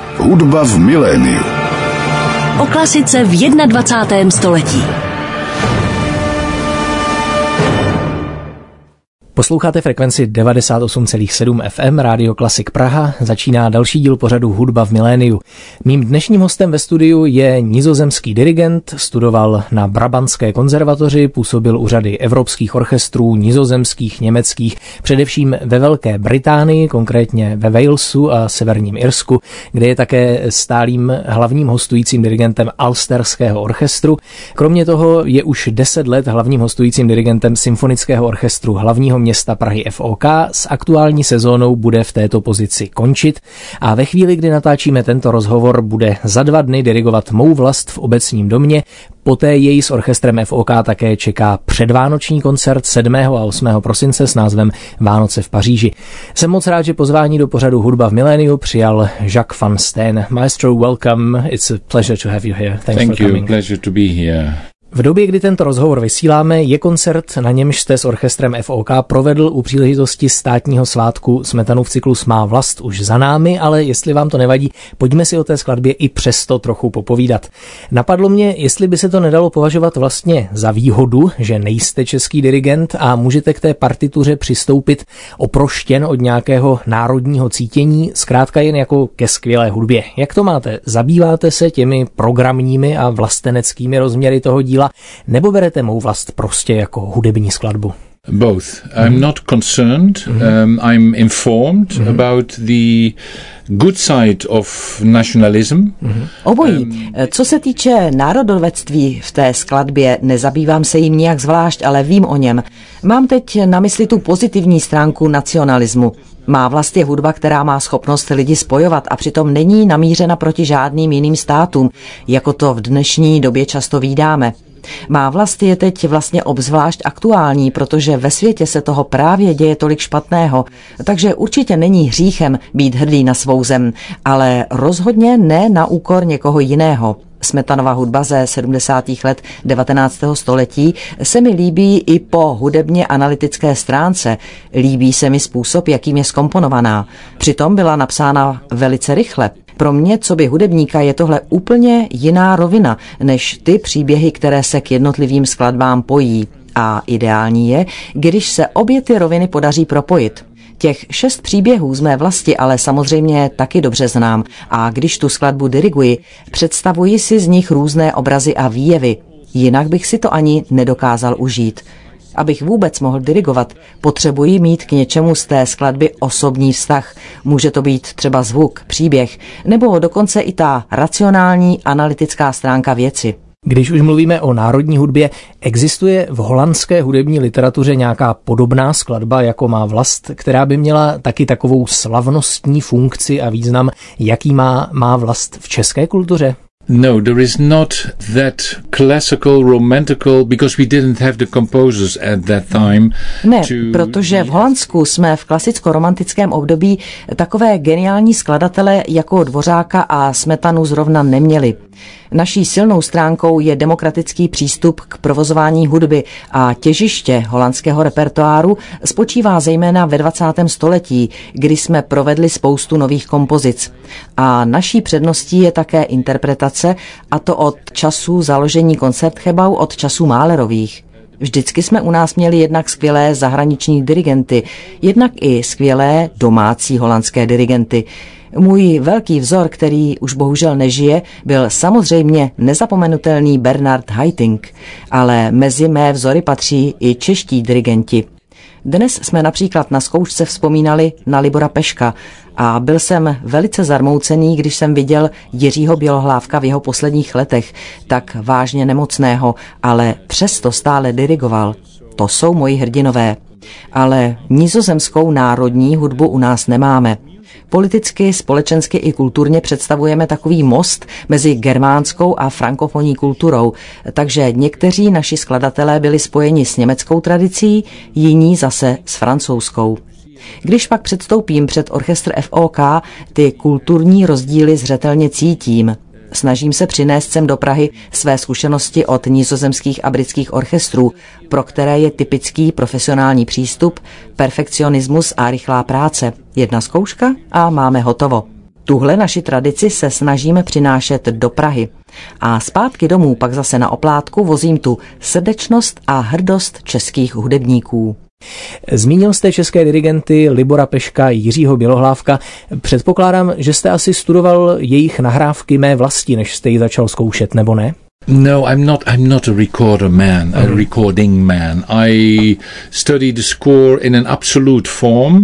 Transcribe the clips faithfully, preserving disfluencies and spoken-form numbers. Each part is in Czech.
Hudba v miléniu. O klasice v dvacátém prvním století. Posloucháte frekvenci devadesát osm celá sedm F M Rádio Klasik Praha. Začíná další díl pořadu Hudba v miléniu. Mým dnešním hostem ve studiu je nizozemský dirigent, studoval na Brabantské konzervatoři, působil u řady evropských orchestrů, nizozemských, německých, především ve Velké Británii, konkrétně ve Walesu a Severním Irsku, kde je také stálým hlavním hostujícím dirigentem Ulsterského orchestru. Kromě toho je už deset let hlavním hostujícím dirigentem Symfonického orchestru hlavního města Prahy F O K. S aktuální sezónou bude v této pozici končit a ve chvíli, kdy natáčíme tento rozhovor, bude za dva dny dirigovat Mou vlast v Obecním domě. Poté jej s orchestrem F O K také čeká předvánoční koncert sedmého a osmého prosince s názvem Vánoce v Paříži. Jsem moc rád, že pozvání do pořadu Hudba v miléniu přijal Jacques van Steen. Maestro, welcome. It's a pleasure to have you here. Thanks Thank for you. coming. Pleasure to be here. V době, kdy tento rozhovor vysíláme, je koncert, na němž jste s orchestrem F O K provedl u příležitosti státního svátku Smetanův cyklus Má vlast už za námi, ale jestli vám to nevadí, pojďme si o té skladbě i přesto trochu popovídat. Napadlo mě, jestli by se to nedalo považovat vlastně za výhodu, že nejste český dirigent a můžete k té partituře přistoupit oproštěn od nějakého národního cítění, zkrátka jen jako ke skvělé hudbě. Jak to máte? Zabýváte se těmi programními a vlasteneckými rozměry toho díla, nebo berete Mou vlast prostě jako hudební skladbu? Both. I'm not concerned. Um, I'm informed about the good side of nationalism. Obojí. Co se týče národovectví v té skladbě, nezabývám se jim nijak zvlášť, ale vím o něm. Mám teď na mysli tu pozitivní stránku nacionalismu. Má vlast je hudba, která má schopnost lidi spojovat a přitom není namířena proti žádným jiným státům, jako to v dnešní době často vídáme. Má vlast je teď vlastně obzvlášť aktuální, protože ve světě se toho právě děje tolik špatného, takže určitě není hříchem být hrdý na svou zem, ale rozhodně ne na úkor někoho jiného. Smetanova hudba ze sedmdesátých let devatenáctého století se mi líbí i po hudebně analytické stránce. Líbí se mi způsob, jakým je zkomponovaná. Přitom byla napsána velice rychle. Pro mě, co by hudebníka, je tohle úplně jiná rovina, než ty příběhy, které se k jednotlivým skladbám pojí. A ideální je, když se obě ty roviny podaří propojit. Těch šest příběhů z mé vlasti ale samozřejmě taky dobře znám a když tu skladbu diriguji, představuji si z nich různé obrazy a výjevy. Jinak bych si to ani nedokázal užít. Abych vůbec mohl dirigovat, potřebuji mít k něčemu z té skladby osobní vztah. Může to být třeba zvuk, příběh, nebo dokonce i ta racionální, analytická stránka věci. Když už mluvíme o národní hudbě, existuje v holandské hudební literatuře nějaká podobná skladba, jako Má vlast, která by měla taky takovou slavnostní funkci a význam, jaký má Má vlast v české kultuře? No, there is not that classical, romantical, because we didn't have the composers at that time. Ne, to... protože v Holandsku jsme v klasicko-romantickém období takové geniální skladatele jako Dvořáka a Smetanu zrovna neměli. Naší silnou stránkou je demokratický přístup k provozování hudby a těžiště holandského repertoáru spočívá zejména ve dvacátém století, kdy jsme provedli spoustu nových kompozic. A naší předností je také interpretace, a to od časů založení Concertgebouw, od časů Mahlerových. Vždycky jsme u nás měli jednak skvělé zahraniční dirigenty, jednak i skvělé domácí holandské dirigenty. Můj velký vzor, který už bohužel nežije, byl samozřejmě nezapomenutelný Bernard Haitink, ale mezi mé vzory patří i čeští dirigenti. Dnes jsme například na zkoušce vzpomínali na Libora Peška a byl jsem velice zarmoucený, když jsem viděl Jiřího Bělohlávka v jeho posledních letech, tak vážně nemocného, ale přesto stále dirigoval. To jsou moji hrdinové. Ale nizozemskou národní hudbu u nás nemáme. Politicky, společensky i kulturně představujeme takový most mezi germánskou a frankofonní kulturou, takže někteří naši skladatelé byli spojeni s německou tradicí, jiní zase s francouzskou. Když pak předstoupím před orchestr F O K, ty kulturní rozdíly zřetelně cítím. Snažím se přinést sem do Prahy své zkušenosti od nizozemských a britských orchestrů, pro které je typický profesionální přístup, perfekcionismus a rychlá práce. Jedna zkouška a máme hotovo. Tuhle naši tradici se snažíme přinášet do Prahy. A zpátky domů pak zase na oplátku vozím tu srdečnost a hrdost českých hudebníků. Zmínil jste české dirigenty Libora Peška, Jiřího Bělohlávka. Předpokládám, že jste asi studoval jejich nahrávky Mé vlasti, než jste ji začal zkoušet, nebo ne? No, I'm not. I'm not a recorder man, a recording man. I studied the score in an absolute form.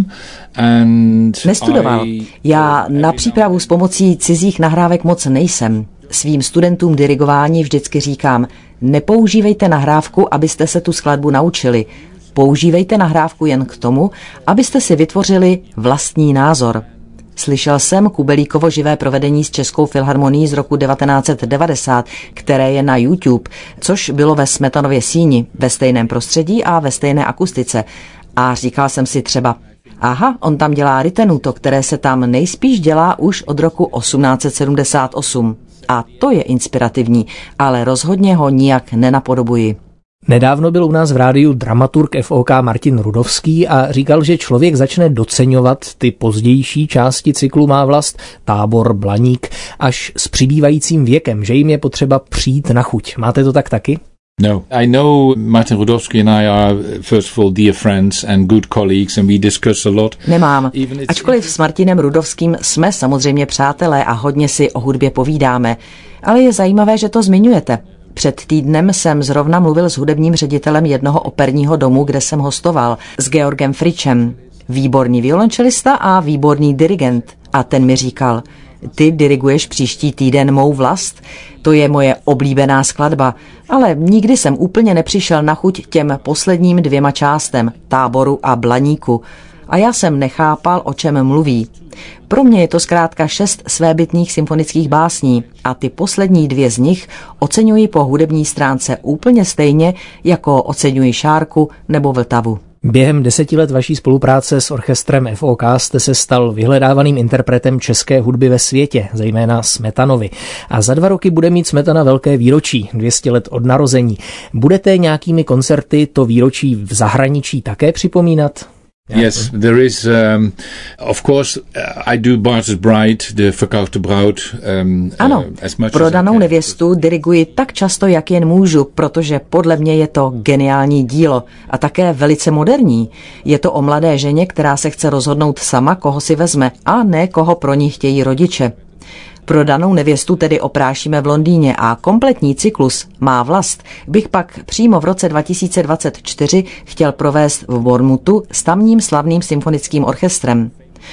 And Nestudoval. Já na přípravu s pomocí cizích nahrávek moc nejsem. Svým studentům dirigování vždycky říkám, nepoužívejte nahrávku, abyste se tu skladbu naučili. Používejte nahrávku jen k tomu, abyste si vytvořili vlastní názor. Slyšel jsem Kubelíkovo živé provedení s Českou filharmonií z roku devatenáct set devadesát, které je na YouTube, což bylo ve Smetanově síni, ve stejném prostředí a ve stejné akustice. A říkal jsem si třeba, aha, on tam dělá ritenuto, které se tam nejspíš dělá už od roku osmnáct set sedmdesát osm. A to je inspirativní, ale rozhodně ho nijak nenapodobuji. Nedávno byl u nás v rádiu dramaturg F O K Martin Rudovský a říkal, že člověk začne doceňovat ty pozdější části cyklu Má vlast, Tábor, Blaník, až s přibývajícím věkem, že jim je potřeba přijít na chuť. Máte to tak taky? No, I know Martin Rudovský and I are first of all dear friends and good colleagues and we discuss a lot. Nemám. Ačkoliv s Martinem Rudovským jsme samozřejmě přátelé a hodně si o hudbě povídáme, ale je zajímavé, že to zmiňujete. Před týdnem jsem zrovna mluvil s hudebním ředitelem jednoho operního domu, kde jsem hostoval, s Georgem Fričem. Výborný violončelista a výborný dirigent. A ten mi říkal, ty diriguješ příští týden Mou vlast? To je moje oblíbená skladba, ale nikdy jsem úplně nepřišel na chuť těm posledním dvěma částem, Táboru a Blaníku. A já jsem nechápal, o čem mluví. Pro mě je to zkrátka šest svébytných symfonických básní a ty poslední dvě z nich oceňuji po hudební stránce úplně stejně, jako oceňuji Šárku nebo Vltavu. Během deseti let vaší spolupráce s orchestrem F O K jste se stal vyhledávaným interpretem české hudby ve světě, zejména Smetanovi. A za dva roky bude mít Smetana velké výročí, dvě stě let od narození. Budete nějakými koncerty to výročí v zahraničí také připomínat? Yes, there is, um, of course, uh, I do Bart's Bride, the Verkaufte Braut, um, ano, uh, as much Prodanou as nevěstu diriguji tak často, jak jen můžu, protože podle mě je to geniální dílo a také velice moderní. Je to o mladé ženě, která se chce rozhodnout sama, koho si vezme, a ne koho pro ní chtějí rodiče. Prodanou nevěstu tedy oprášíme v Londýně a kompletní cyklus Má vlast bych pak přímo v roce dva tisíce dvacet čtyři chtěl provést v Bournemouthu s tamním slavným symfonickým orchestrem.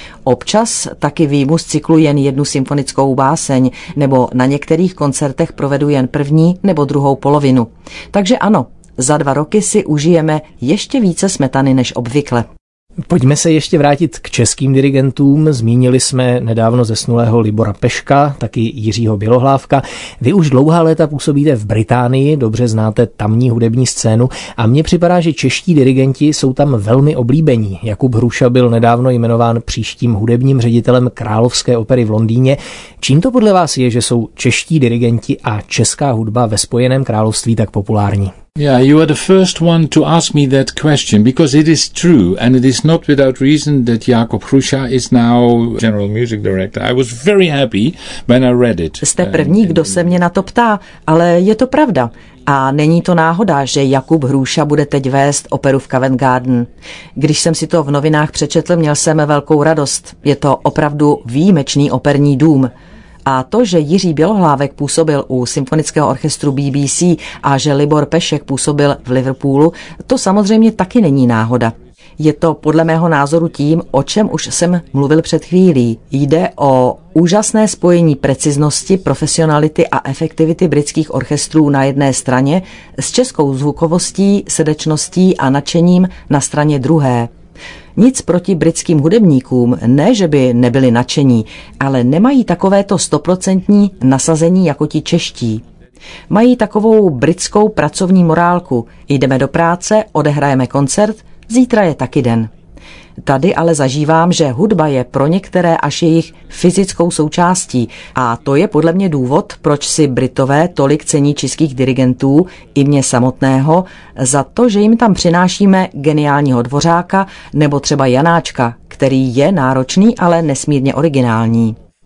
Občas taky výjmu z cyklu jen jednu symfonickou báseň, nebo na některých koncertech provedu jen první nebo druhou polovinu. Takže ano, za dva roky si užijeme ještě více Smetany než obvykle. Pojďme se ještě vrátit k českým dirigentům. Zmínili jsme nedávno zesnulého Libora Peška, taky Jiřího Bělohlávka. Vy už dlouhá léta působíte v Británii, dobře znáte tamní hudební scénu a mně připadá, že čeští dirigenti jsou tam velmi oblíbení. Jakub Hruša byl nedávno jmenován příštím hudebním ředitelem Královské opery v Londýně. Čím to podle vás je, že jsou čeští dirigenti a česká hudba ve Spojeném království tak populární? Yeah, you are the first one to ask me that question because it is true and it is not without reason that Jakub Hruša is now General Music Director. I was very happy when I read it. Jste první, kdo se mě na to ptá, ale je to pravda. A není to náhoda, že Jakub Hruša bude teď vést operu v Covent Garden. Když jsem si to v novinách přečetl, měl jsem velkou radost. Je to opravdu výjimečný operní dům. A to, že Jiří Bělohlávek působil u symfonického orchestru B B C a že Libor Pešek působil v Liverpoolu, to samozřejmě taky není náhoda. Je to podle mého názoru tím, o čem už jsem mluvil před chvílí. Jde o úžasné spojení preciznosti, profesionality a efektivity britských orchestrů na jedné straně s českou zvukovostí, srdečností a nadšením na straně druhé. Nic proti britským hudebníkům, ne, že by nebyli nadšení, ale nemají takovéto stoprocentní nasazení jako ti čeští. Mají takovou britskou pracovní morálku. Jdeme do práce, odehrajeme koncert, zítra je taky den. Tady ale zažívám, že hudba je pro některé až jejich fyzickou součástí a to je podle mě důvod, proč si Britové tolik cení českých dirigentů i mě samotného za to, že jim tam přinášíme geniálního Dvořáka nebo třeba Janáčka, který je náročný, ale nesmírně originální.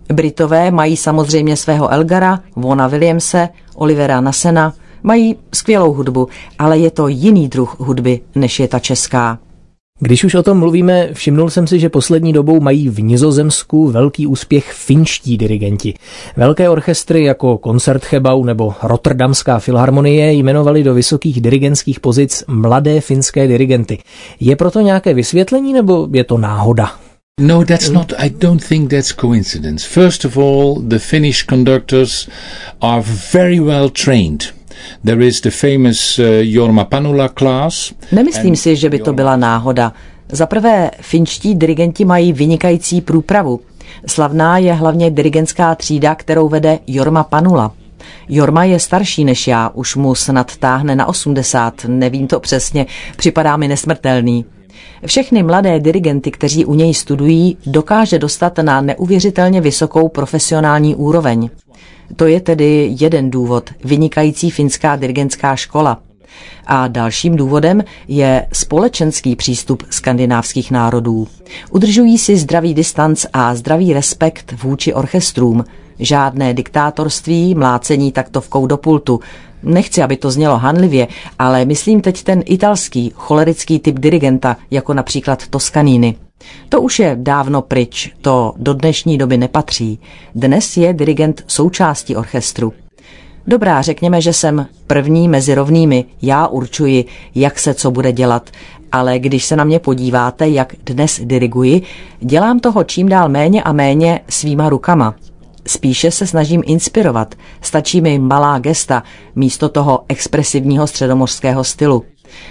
Britové mají samozřejmě svého Elgara, Vona Williamse, Olivera Nassena, mají skvělou hudbu, ale je to jiný druh hudby, než je ta česká. Když už o tom mluvíme, všimnul jsem si, že poslední dobou mají v Nizozemsku velký úspěch finští dirigenti. Velké orchestry jako Koncertgebouw nebo Rotterdamská filharmonie jmenovali do vysokých dirigentských pozic mladé finské dirigenty. Je proto nějaké vysvětlení nebo je to náhoda? No, that's not, I don't think that's coincidence. First of all, the Finnish conductors are very well trained. There is the famous uh, Jorma Panula class. Nemyslím si, že by to byla náhoda. Za prvé, finští dirigenti mají vynikající průpravu. Slavná je hlavně dirigentská třída, kterou vede Jorma Panula. Jorma je starší než já, už mu snad táhne na osmdesát, nevím to přesně, připadá mi nesmrtelný. Všechny mladé dirigenty, kteří u něj studují, dokáže dostat na neuvěřitelně vysokou profesionální úroveň. To je tedy jeden důvod, vynikající finská dirigentská škola. A dalším důvodem je společenský přístup skandinávských národů. Udržují si zdravý distanc a zdravý respekt vůči orchestrům. Žádné diktátorství, mlácení taktovkou do pultu. Nechci, aby to znělo hanlivě, ale myslím teď ten italský, cholerický typ dirigenta, jako například Toscanini. To už je dávno pryč, to do dnešní doby nepatří. Dnes je dirigent součástí orchestru. Dobrá, řekněme, že jsem první mezi rovnými, já určuji, jak se co bude dělat, ale když se na mě podíváte, jak dnes diriguji, dělám toho čím dál méně a méně svýma rukama. Spíše se snažím inspirovat, stačí mi malá gesta místo toho expresivního středomořského stylu.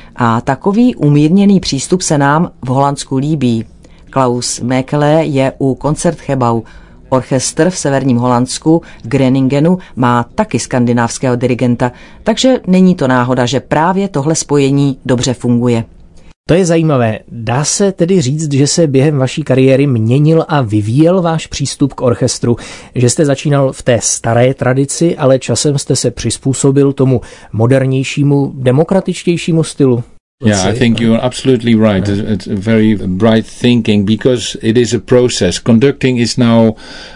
A takový umírněný přístup se nám v Holandsku líbí. Klaus Mekele je u Koncertgebouw. Orchestr v severním Holandsku, v Greningenu, má taky skandinávského dirigenta, takže není to náhoda, že právě tohle spojení dobře funguje. To je zajímavé. Dá se tedy říct, že se během vaší kariéry měnil a vyvíjel váš přístup k orchestru, že jste začínal v té staré tradici, ale časem jste se přizpůsobil tomu modernějšímu, demokratičtějšímu stylu? Yeah, I think you're absolutely right. It's a very bright thinking because it is a process. Conducting is now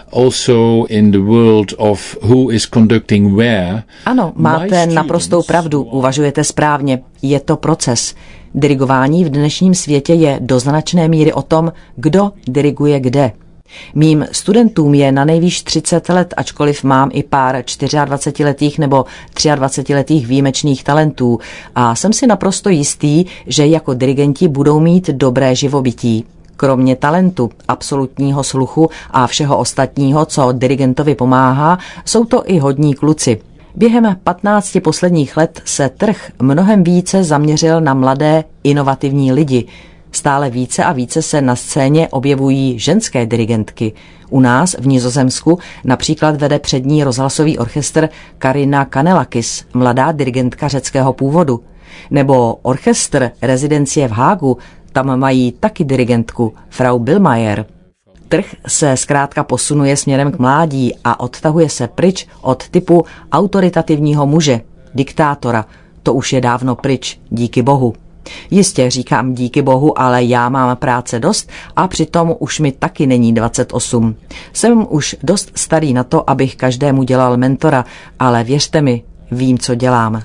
also in the world of who is conducting where. Ano, máte naprostou pravdu, uvažujete správně. Je to proces. Dirigování v dnešním světě je do značné míry o tom, kdo diriguje kde. Mým studentům je na nejvýš třicet let, ačkoliv mám i pár dvacetičtyřletých nebo dvacetiletých výjimečných talentů a jsem si naprosto jistý, že jako dirigenti budou mít dobré živobytí. Kromě talentu, absolutního sluchu a všeho ostatního, co dirigentovi pomáhá, jsou to i hodní kluci. Během patnácti posledních let se trh mnohem více zaměřil na mladé, inovativní lidi. Stále více a více se na scéně objevují ženské dirigentky. U nás v Nizozemsku například vede přední rozhlasový orchestr Karina Kanelakis, mladá dirigentka řeckého původu. Nebo orchestr rezidencie v Hágu, tam mají taky dirigentku, Frau Billmeier. Trh se zkrátka posunuje směrem k mládí a odtahuje se pryč od typu autoritativního muže, diktátora. To už je dávno pryč, díky bohu. Jistě říkám díky bohu, ale já mám práce dost a přitom už mi taky není dvacet osm. Jsem už dost starý na to, abych každému dělal mentora, ale věřte mi, vím, co dělám.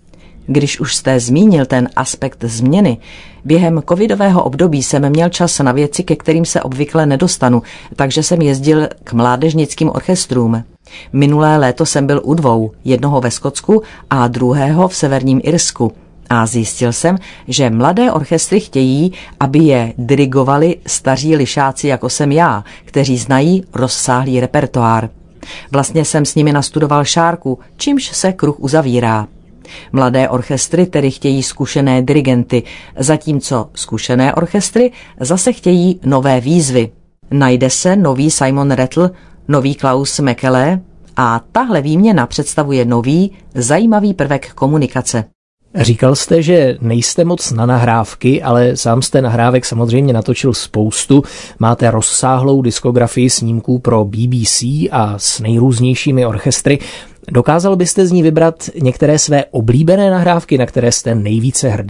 Když už jste zmínil ten aspekt změny, během covidového období jsem měl čas na věci, ke kterým se obvykle nedostanu, takže jsem jezdil k mládežnickým orchestrům. Minulé léto jsem byl u dvou, jednoho ve Skotsku a druhého v severním Irsku. A zjistil jsem, že mladé orchestry chtějí, aby je dirigovali staří lišáci, jako jsem já, kteří znají rozsáhlý repertoár. Vlastně jsem s nimi nastudoval šárku, čímž se kruh uzavírá. Mladé orchestry tedy chtějí zkušené dirigenty, zatímco zkušené orchestry zase chtějí nové výzvy. Najde se nový Simon Rattle, nový Klaus Mekele a tahle výměna představuje nový, zajímavý prvek komunikace. Říkal jste, že nejste moc na nahrávky, ale sám jste nahrávek samozřejmě natočil spoustu. Máte rozsáhlou diskografii snímků pro B B C a s nejrůznějšími orchestry. Dokázal byste z ní vybrat některé své oblíbené nahrávky, na které jste nejvíce hrdý?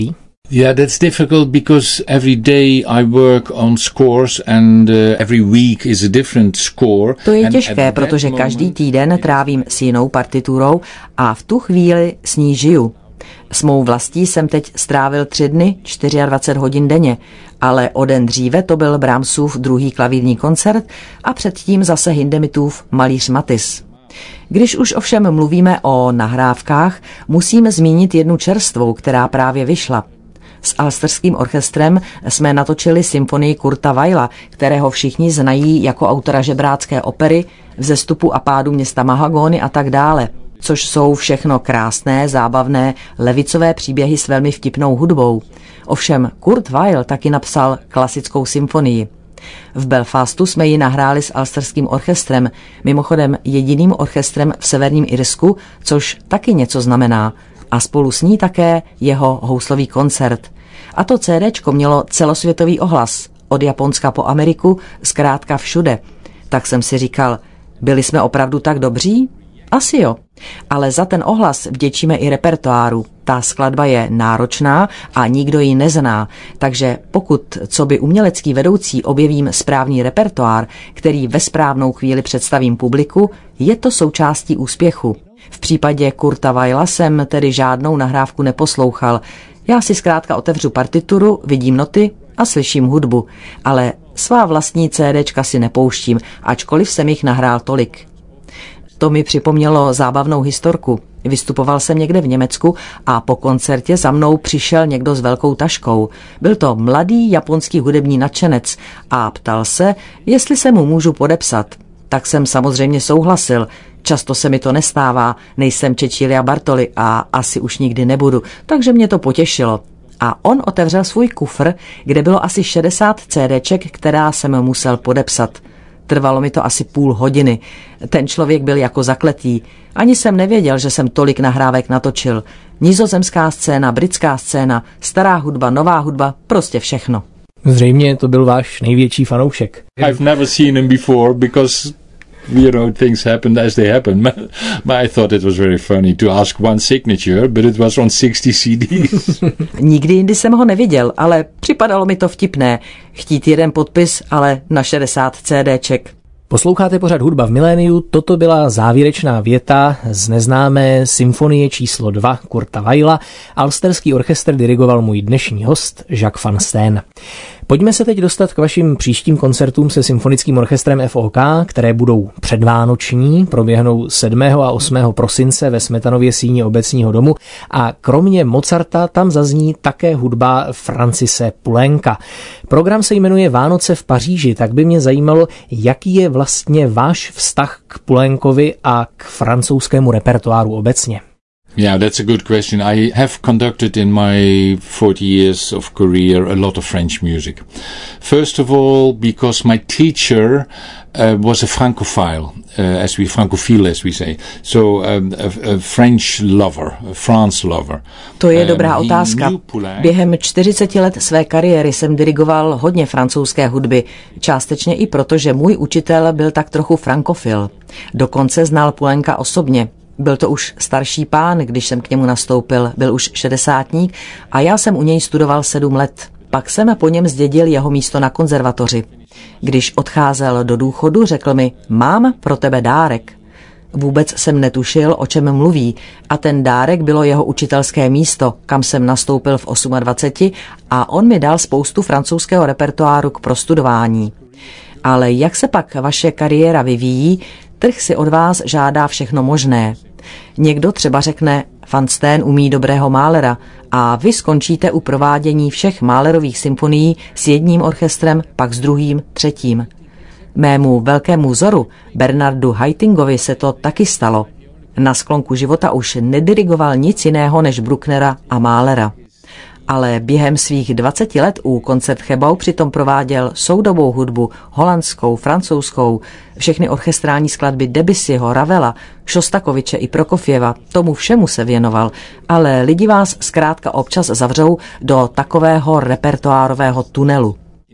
Yeah, that's difficult because every day I work on scores and uh, every week is a different score. To je těžké, protože každý týden trávím s jinou partiturou a v tu chvíli s ní žiju. S mou vlastí jsem teď strávil tři dny, dvacet čtyři hodin denně, ale o den dříve to byl Brahmsův druhý klavírní koncert a předtím zase Hindemitův Malíř Matisse. Když už ovšem mluvíme o nahrávkách, musíme zmínit jednu čerstvou, která právě vyšla. S Alsterským orchestrem jsme natočili symfonii Kurta Weila, kterého všichni znají jako autora žebrácké opery, Vzestupu a pádu města Mahagony a tak dále, což jsou všechno krásné, zábavné, levicové příběhy s velmi vtipnou hudbou. Ovšem Kurt Weill taky napsal klasickou symfonii. V Belfastu jsme ji nahráli s Alsterským orchestrem, mimochodem jediným orchestrem v Severním Irsku, což taky něco znamená, a spolu s ní také jeho houslový koncert. A to CDčko mělo celosvětový ohlas, od Japonska po Ameriku, zkrátka všude. Tak jsem si říkal, byli jsme opravdu tak dobří? Asi jo, ale za ten ohlas vděčíme i repertoáru. Ta skladba je náročná a nikdo ji nezná, takže pokud coby umělecký vedoucí objevím správný repertoár, který ve správnou chvíli představím publiku, je to součástí úspěchu. V případě Kurta Weila jsem tedy žádnou nahrávku neposlouchal. Já si zkrátka otevřu partituru, vidím noty a slyším hudbu, ale svá vlastní CDčka si nepouštím, ačkoliv jsem jich nahrál tolik. To mi připomnělo zábavnou historku. Vystupoval jsem někde v Německu a po koncertě za mnou přišel někdo s velkou taškou. Byl to mladý japonský hudební nadšenec a ptal se, jestli se mu můžu podepsat. Tak jsem samozřejmě souhlasil. Často se mi to nestává, nejsem Cecilia Bartoli a asi už nikdy nebudu, takže mě to potěšilo. A on otevřel svůj kufr, kde bylo asi šedesát CDček, která jsem musel podepsat. Trvalo mi to asi půl hodiny. Ten člověk byl jako zakletý. Ani jsem nevěděl, že jsem tolik nahrávek natočil. Nizozemská scéna, britská scéna, stará hudba, nová hudba, prostě všechno. Zřejmě to byl váš největší fanoušek. I've never seen him before because you know, things happened as they happened. But I thought it was very funny to ask one signature, but it was on sixty C Ds. Nikdy jindy jsem ho neviděl, ale připadalo mi to vtipné. Chtít jeden podpis, ale na šedesát CDček. Posloucháte pořad Hudba v miléniu, toto byla závěrečná věta z neznámé symfonie číslo dva Kurta Weila. Alsterský orchestr dirigoval můj dnešní host Jacques van Steen. Pojďme se teď dostat k vašim příštím koncertům se symfonickým orchestrem F O K, které budou předvánoční, proběhnou sedmého a osmého prosince ve Smetanově síni obecního domu a kromě Mozarta tam zazní také hudba Francise Poulenca. Program se jmenuje Vánoce v Paříži, tak by mě zajímalo, jaký je vlastně váš vztah k Poulencovi a k francouzskému repertoáru obecně. Yeah, that's a good question. I have conducted in my forty years of career a lot of French music. First of all, because my teacher uh, was a Francophile, uh, as we Francophile, as we say. So um, a, a French lover, a France lover. To je dobrá um, otázka. Během čtyřiceti let své kariéry jsem dirigoval hodně francouzské hudby, částečně i proto, že můj učitel byl tak trochu frankofil. Dokonce znal Poulenca osobně. Byl to už starší pán, když jsem k němu nastoupil, byl už šedesátník a já jsem u něj studoval sedm let. Pak jsem po něm zdědil jeho místo na konzervatoři. Když odcházel do důchodu, řekl mi, mám pro tebe dárek. Vůbec jsem netušil, o čem mluví a ten dárek bylo jeho učitelské místo, kam jsem nastoupil v dvaceti osmi a on mi dal spoustu francouzského repertoáru k prostudování. Ale jak se pak vaše kariéra vyvíjí, trh si od vás žádá všechno možné. Někdo třeba řekne, Van Steen umí dobrého Mahlera a vy skončíte u provádění všech Mahlerových symfonií s jedním orchestrem, pak s druhým, třetím. Mému velkému vzoru, Bernardu Haitинgovi, se to taky stalo. Na sklonku života už nedirigoval nic jiného než Brucknera a Mahlera. Ale během svých dvaceti let u Koncertgebouw přitom prováděl soudobou hudbu, holandskou, francouzskou, všechny orchestrální skladby Debussyho, Ravela, Šostakoviče i Prokofjeva, tomu všemu se věnoval, ale lidi vás zkrátka občas zavřou do takového repertoárového tunelu.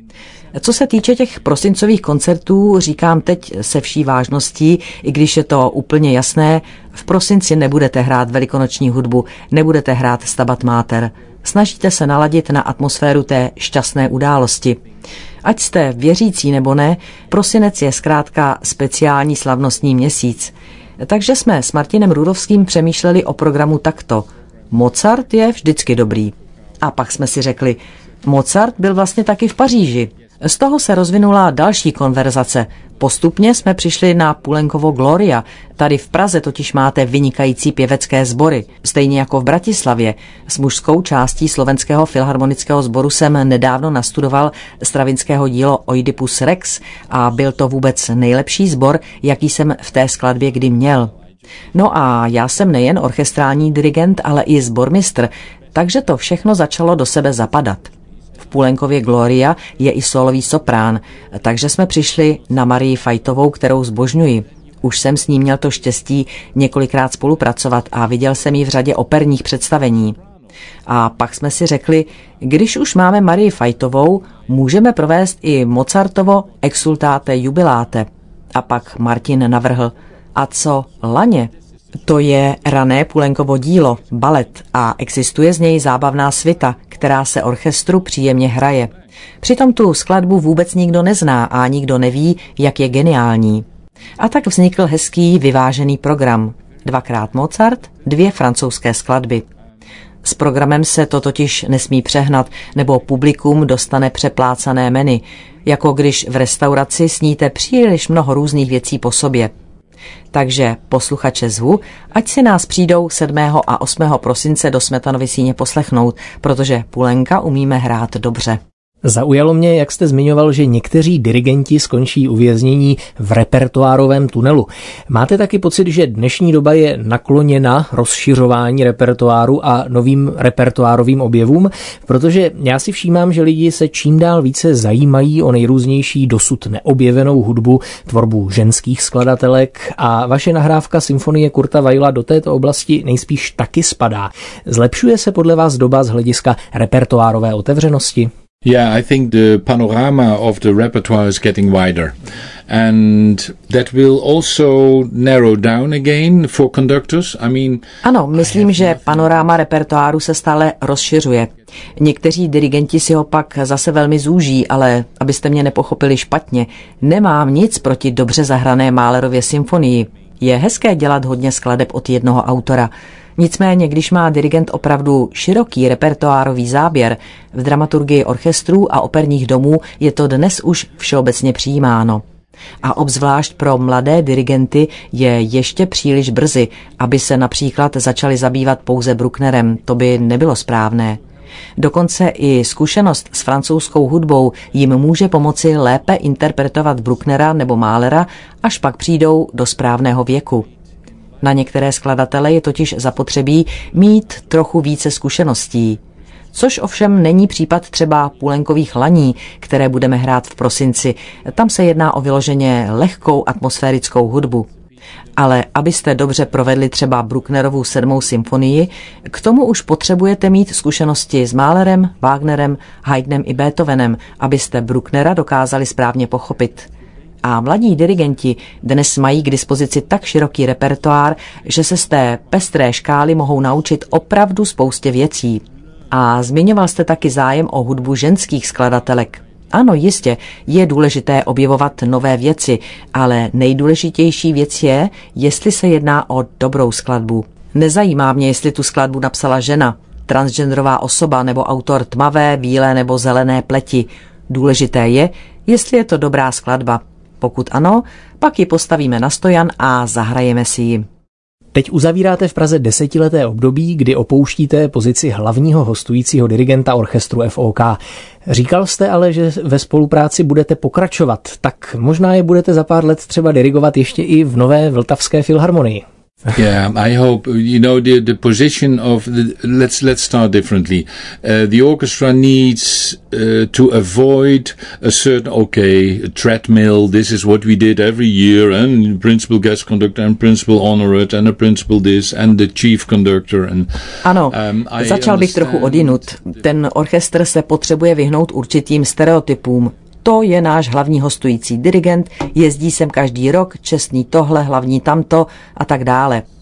Co se týče těch prosincových koncertů, říkám teď se vší vážností, i když je to úplně jasné, v prosinci nebudete hrát velikonoční hudbu, nebudete hrát Stabat Mater. Snažíte se naladit na atmosféru té šťastné události. Ať jste věřící nebo ne, prosinec je zkrátka speciální slavnostní měsíc. Takže jsme s Martinem Rudovským přemýšleli o programu takto. Mozart je vždycky dobrý. A pak jsme si řekli, Mozart byl vlastně taky v Paříži. Z toho se rozvinula další konverzace. Postupně jsme přišli na Poulenkovo Gloria. Tady v Praze totiž máte vynikající pěvecké sbory, stejně jako v Bratislavě. S mužskou částí Slovenského filharmonického sboru jsem nedávno nastudoval Stravinského dílo Oidipus Rex a byl to vůbec nejlepší sbor, jaký jsem v té skladbě kdy měl. No a já jsem nejen orchestrální dirigent, ale i sbormistr, takže to všechno začalo do sebe zapadat. V Poulenkově Gloria je i sólový soprán, takže jsme přišli na Marii Fajtovou, kterou zbožňuji. Už jsem s ní měl to štěstí několikrát spolupracovat a viděl jsem ji v řadě operních představení. A pak jsme si řekli, když už máme Marii Fajtovou, můžeme provést i Mozartovo Exsultate Jubilate. A pak Martin navrhl, a co Laně? To je rané Poulenkovo dílo, balet, a existuje z něj zábavná svita, která se orchestru příjemně hraje. Přitom tu skladbu vůbec nikdo nezná a nikdo neví, jak je geniální. A tak vznikl hezký, vyvážený program. Dvakrát Mozart, dvě francouzské skladby. S programem se to totiž nesmí přehnat, nebo publikum dostane přeplácané menu, jako když v restauraci sníte příliš mnoho různých věcí po sobě. Takže posluchače zvu, ať si nás přijdou sedmého a osmého prosince do Smetanovy síně poslechnout, protože Poulenka umíme hrát dobře. Zaujalo mě, jak jste zmiňoval, že někteří dirigenti skončí uvěznění v repertoárovém tunelu. Máte taky pocit, že dnešní doba je nakloněna rozšiřování repertoáru a novým repertoárovým objevům? Protože já si všímám, že lidi se čím dál více zajímají o nejrůznější dosud neobjevenou hudbu, tvorbu ženských skladatelek a vaše nahrávka symfonie Kurta Weila do této oblasti nejspíš taky spadá. Zlepšuje se podle vás doba z hlediska repertoárové otevřenosti? Yeah, I think the panorama of the repertoire is getting wider. And that will also narrow down again for conductors. I mean, ano, myslím, že panoráma repertoáru se stále rozšiřuje. Někteří dirigenti si ho pak zase velmi zúží, ale abyste mě nepochopili špatně, nemám nic proti dobře zahrané Mahlerově symfonii. Je hezké dělat hodně skladeb od jednoho autora. Nicméně, když má dirigent opravdu široký repertoárový záběr, v dramaturgii orchestrů a operních domů je to dnes už všeobecně přijímáno. A obzvlášť pro mladé dirigenty je ještě příliš brzy, aby se například začali zabývat pouze Brucknerem, to by nebylo správné. Dokonce i zkušenost s francouzskou hudbou jim může pomoci lépe interpretovat Brucknera nebo Mahlera, až pak přijdou do správného věku. Na některé skladatele je totiž zapotřebí mít trochu více zkušeností. Což ovšem není případ třeba Poulenkových Laní, které budeme hrát v prosinci. Tam se jedná o vyloženě lehkou atmosférickou hudbu. Ale abyste dobře provedli třeba Brucknerovu sedmou symfonii, k tomu už potřebujete mít zkušenosti s Mahlerem, Wagnerem, Haydnem i Beethovenem, abyste Brucknera dokázali správně pochopit. A mladí dirigenti dnes mají k dispozici tak široký repertoár, že se z té pestré škály mohou naučit opravdu spoustě věcí. A zmiňoval jste taky zájem o hudbu ženských skladatelek. Ano, jistě, je důležité objevovat nové věci, ale nejdůležitější věc je, jestli se jedná o dobrou skladbu. Nezajímá mě, jestli tu skladbu napsala žena, transgenderová osoba nebo autor tmavé, bílé nebo zelené pleti. Důležité je, jestli je to dobrá skladba. Pokud ano, pak ji postavíme na stojan a zahrajeme si ji. Teď uzavíráte v Praze desetileté období, kdy opouštíte pozici hlavního hostujícího dirigenta orchestru F O K. Říkal jste ale, že ve spolupráci budete pokračovat, tak možná je budete za pár let třeba dirigovat ještě i v nové Vltavské filharmonii. Yeah, I hope, you know, the the position of the, let's let's start differently. Uh, the orchestra needs uh, to avoid a certain okay treadmill. This is what we did every year, and principal guest conductor and principal honorate and a principal this and the chief conductor. And ano, um, začal bych trochu odinut. Ten orchestr se potřebuje vyhnout určitým stereotypům. To je náš hlavní hostující dirigent, jezdí sem každý rok, čestný tohle, hlavní tamto a tak dále.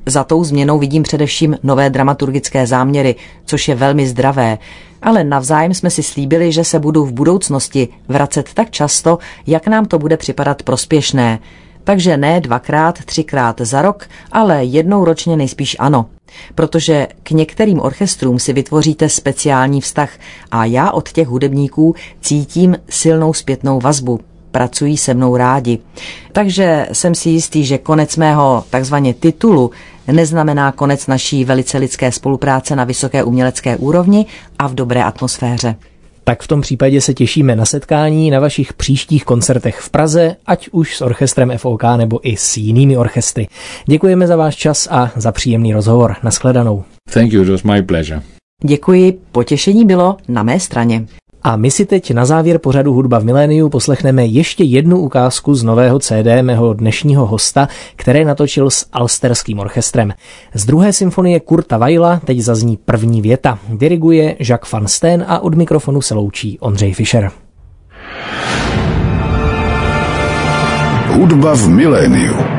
Za tou změnou vidím především nové dramaturgické záměry, což je velmi zdravé, ale navzájem jsme si slíbili, že se budou v budoucnosti vracet tak často, jak nám to bude připadat prospěšné. Takže ne dvakrát, třikrát za rok, ale jednou ročně nejspíš ano. Protože k některým orchestrům si vytvoříte speciální vztah a já od těch hudebníků cítím silnou zpětnou vazbu. Pracují se mnou rádi. Takže jsem si jistý, že konec mého takzvaně titulu neznamená konec naší velice lidské spolupráce na vysoké umělecké úrovni a v dobré atmosféře. Tak v tom případě se těšíme na setkání na vašich příštích koncertech v Praze, ať už s orchestrem F O K nebo i s jinými orchestry. Děkujeme za váš čas a za příjemný rozhovor. Nashledanou. Thank you, it was my pleasure. Děkuji, potěšení bylo na mé straně. A my si teď na závěr pořadu Hudba v miléniu poslechneme ještě jednu ukázku z nového C D mého dnešního hosta, které natočil s Alsterským orchestrem. Z druhé symfonie Kurta Weila teď zazní první věta. Diriguje Jacques van Steen a od mikrofonu se loučí Ondřej Fischer. Hudba v miléniu.